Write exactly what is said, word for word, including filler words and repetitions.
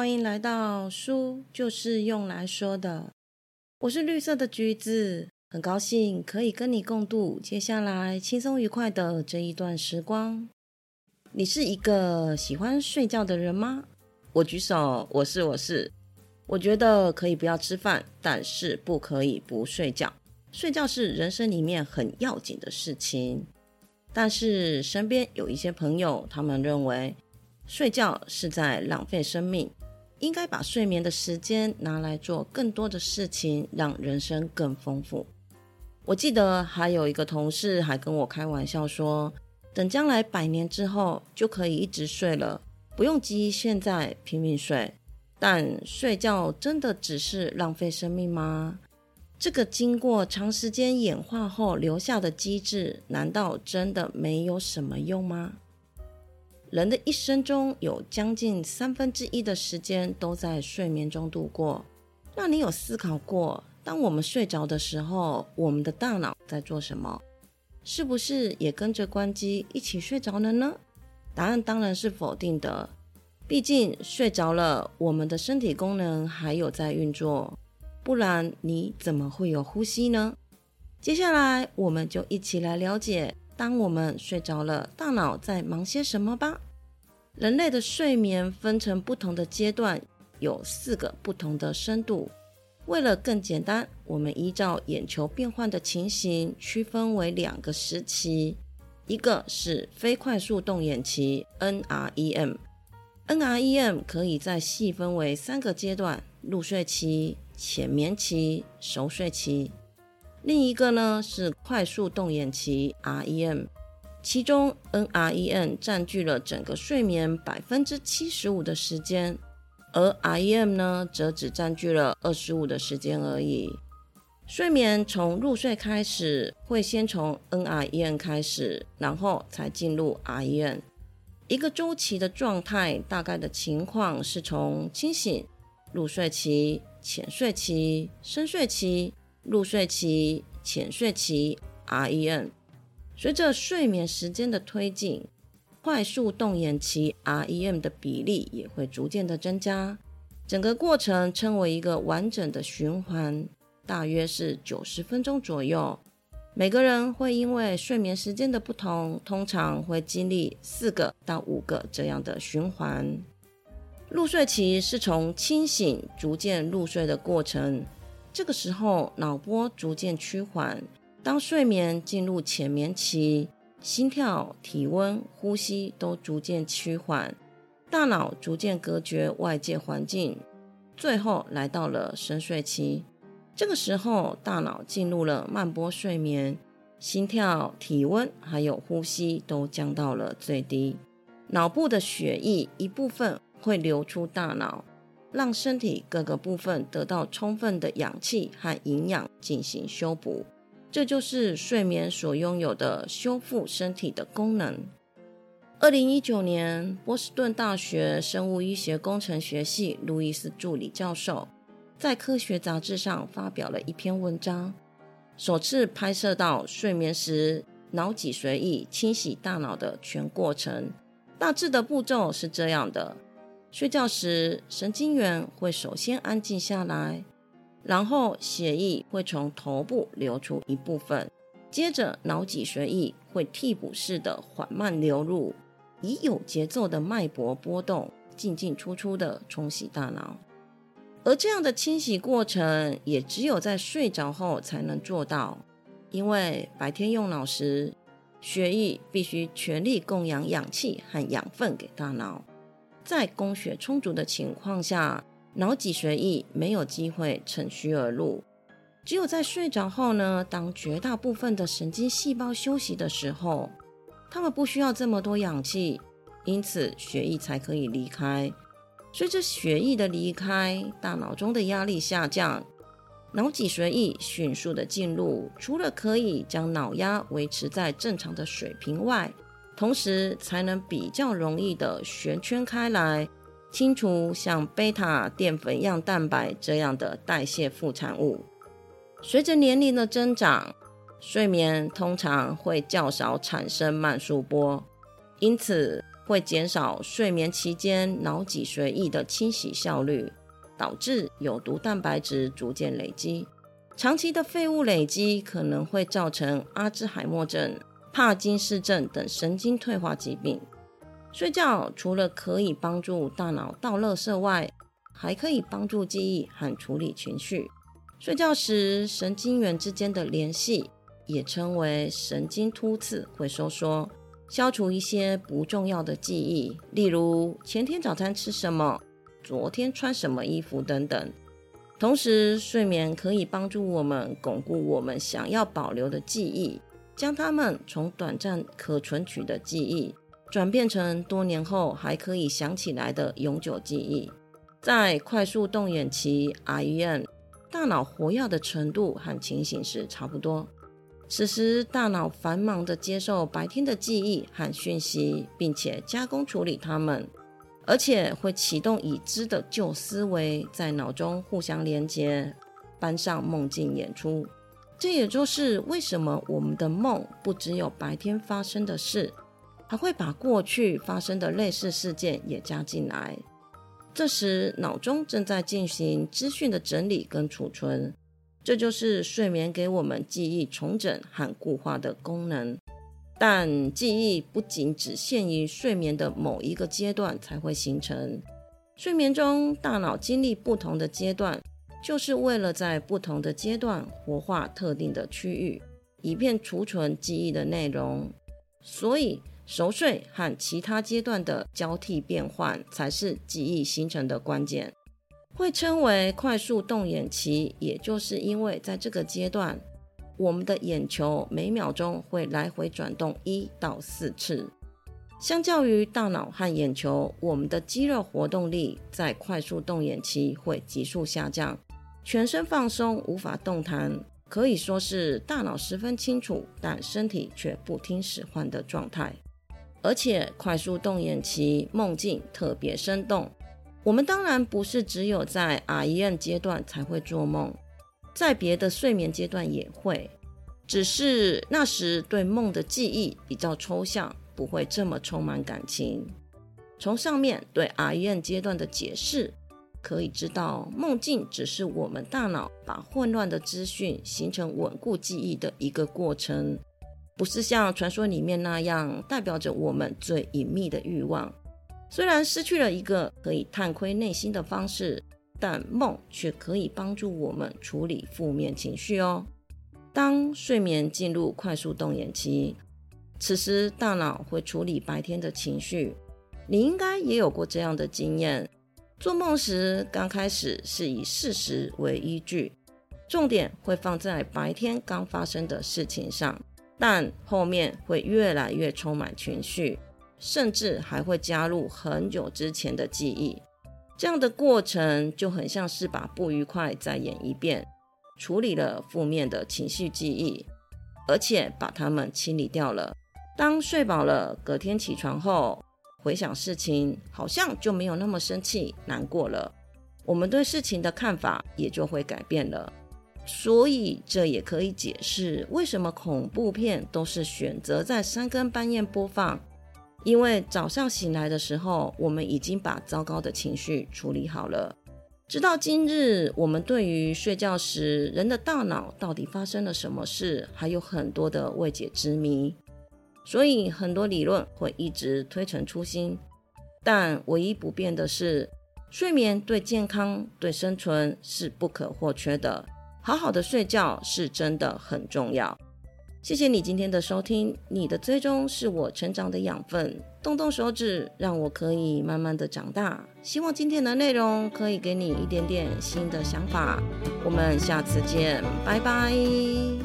欢迎来到书就是用来说的，我是绿色的橘子，很高兴可以跟你共度接下来轻松愉快的这一段时光。你是一个喜欢睡觉的人吗？我举手，我是我是。我觉得可以不要吃饭，但是不可以不睡觉。睡觉是人生里面很要紧的事情。但是身边有一些朋友，他们认为睡觉是在浪费生命，应该把睡眠的时间拿来做更多的事情，让人生更丰富。我记得还有一个同事还跟我开玩笑说，等将来百年之后就可以一直睡了，不用急现在拼命睡。但睡觉真的只是浪费生命吗？这个经过长时间演化后留下的机制，难道真的没有什么用吗？人的一生中有将近三分之一的时间都在睡眠中度过。那你有思考过，当我们睡着的时候，我们的大脑在做什么？是不是也跟着关机一起睡着了呢？答案当然是否定的。毕竟睡着了，我们的身体功能还有在运作，不然你怎么会有呼吸呢？接下来我们就一起来了解，当我们睡着了，大脑在忙些什么吧。人类的睡眠分成不同的阶段，有四个不同的深度。为了更简单，我们依照眼球变换的情形区分为两个时期，一个是非快速动眼期 N R E M，N R E M 可以再细分为三个阶段：入睡期、浅眠期、熟睡期。另一个呢是快速动眼期 R E M， 其中 N R E M 占据了整个睡眠 百分之七十五 的时间，而 R E M 呢则只占据了二十五的时间而已。睡眠从入睡开始，会先从 N R E M 开始，然后才进入 R E M。一个周期的状态大概的情况是从清醒、入睡期、浅睡期、深睡期、入睡期、浅睡期 R E M。 随着睡眠时间的推进，快速动眼期 R E M 的比例也会逐渐的增加，整个过程称为一个完整的循环，大约是九十分钟左右。每个人会因为睡眠时间的不同，通常会经历四个到五个这样的循环。入睡期是从清醒逐渐入睡的过程，这个时候脑波逐渐趋缓。当睡眠进入浅眠期，心跳、体温、呼吸都逐渐趋缓，大脑逐渐隔绝外界环境，最后来到了深睡期。这个时候大脑进入了慢波睡眠，心跳、体温还有呼吸都降到了最低，脑部的血液一部分会流出大脑，让身体各个部分得到充分的氧气和营养进行修补。这就是睡眠所拥有的修复身体的功能。二零一九年，波士顿大学生物医学工程学系路易斯助理教授在科学杂志上发表了一篇文章，首次拍摄到睡眠时脑脊髓液清洗大脑的全过程。大致的步骤是这样的：睡觉时，神经元会首先安静下来，然后血液会从头部流出一部分，接着脑脊髓液会替补式的缓慢流入，以有节奏的脉搏波动进进出出的冲洗大脑。而这样的清洗过程也只有在睡着后才能做到，因为白天用脑时，血液必须全力供养氧气和养分给大脑，在供血充足的情况下，脑脊髓液没有机会趁虚而入。只有在睡着后呢，当绝大部分的神经细胞休息的时候，它们不需要这么多氧气，因此血液才可以离开。随着血液的离开，大脑中的压力下降，脑脊髓液迅速的进入，除了可以将脑压维持在正常的水平外，同时才能比较容易的旋圈开来，清除像贝塔淀粉样蛋白这样的代谢副产物。随着年龄的增长，睡眠通常会较少产生慢速波，因此会减少睡眠期间脑脊髓液的清洗效率，导致有毒蛋白质逐渐累积。长期的废物累积可能会造成阿兹海默症、帕金氏症等神经退化疾病。睡觉除了可以帮助大脑倒垃圾外，还可以帮助记忆和处理情绪。睡觉时神经元之间的联系也称为神经突刺会收缩，消除一些不重要的记忆，例如前天早餐吃什么，昨天穿什么衣服等等。同时，睡眠可以帮助我们巩固我们想要保留的记忆，将它们从短暂可存取的记忆转变成多年后还可以想起来的永久记忆。在快速动眼期 R E M， 大脑活跃的程度和清醒时差不多。此时大脑繁忙地接受白天的记忆和讯息，并且加工处理它们，而且会启动已知的旧思维在脑中互相连接，搬上梦境演出。这也就是为什么我们的梦不只有白天发生的事，还会把过去发生的类似事件也加进来。这时脑中正在进行资讯的整理跟储存，这就是睡眠给我们记忆重整和固化的功能。但记忆不仅只限于睡眠的某一个阶段才会形成，睡眠中大脑经历不同的阶段，就是为了在不同的阶段活化特定的区域，以便储存记忆的内容。所以熟睡和其他阶段的交替变换才是记忆形成的关键。会称为快速动眼期，也就是因为在这个阶段，我们的眼球每秒钟会来回转动一到四次。相较于大脑和眼球，我们的肌肉活动力在快速动眼期会急速下降，全身放松，无法动弹，可以说是大脑十分清楚，但身体却不听使唤的状态。而且快速动眼期梦境特别生动，我们当然不是只有在 R E M 阶段才会做梦，在别的睡眠阶段也会，只是那时对梦的记忆比较抽象，不会这么充满感情。从上面对 R E M 阶段的解释可以知道，梦境只是我们大脑把混乱的资讯形成稳固记忆的一个过程，不是像传说里面那样代表着我们最隐秘的欲望。虽然失去了一个可以探窥内心的方式，但梦却可以帮助我们处理负面情绪哦。当睡眠进入快速动眼期，此时大脑会处理白天的情绪。你应该也有过这样的经验，做梦时刚开始是以事实为依据，重点会放在白天刚发生的事情上，但后面会越来越充满情绪，甚至还会加入很久之前的记忆。这样的过程就很像是把不愉快再演一遍，处理了负面的情绪记忆，而且把它们清理掉了。当睡饱了，隔天起床后回想事情，好像就没有那么生气难过了，我们对事情的看法也就会改变了。所以这也可以解释为什么恐怖片都是选择在三更半夜播放，因为早上醒来的时候，我们已经把糟糕的情绪处理好了。直到今日，我们对于睡觉时人的大脑到底发生了什么事，还有很多的未解之谜，所以很多理论会一直推陈出新。但唯一不变的是，睡眠对健康、对生存是不可或缺的。好好的睡觉是真的很重要。谢谢你今天的收听，你的追踪是我成长的养分，动动手指让我可以慢慢的长大。希望今天的内容可以给你一点点新的想法，我们下次见，拜拜。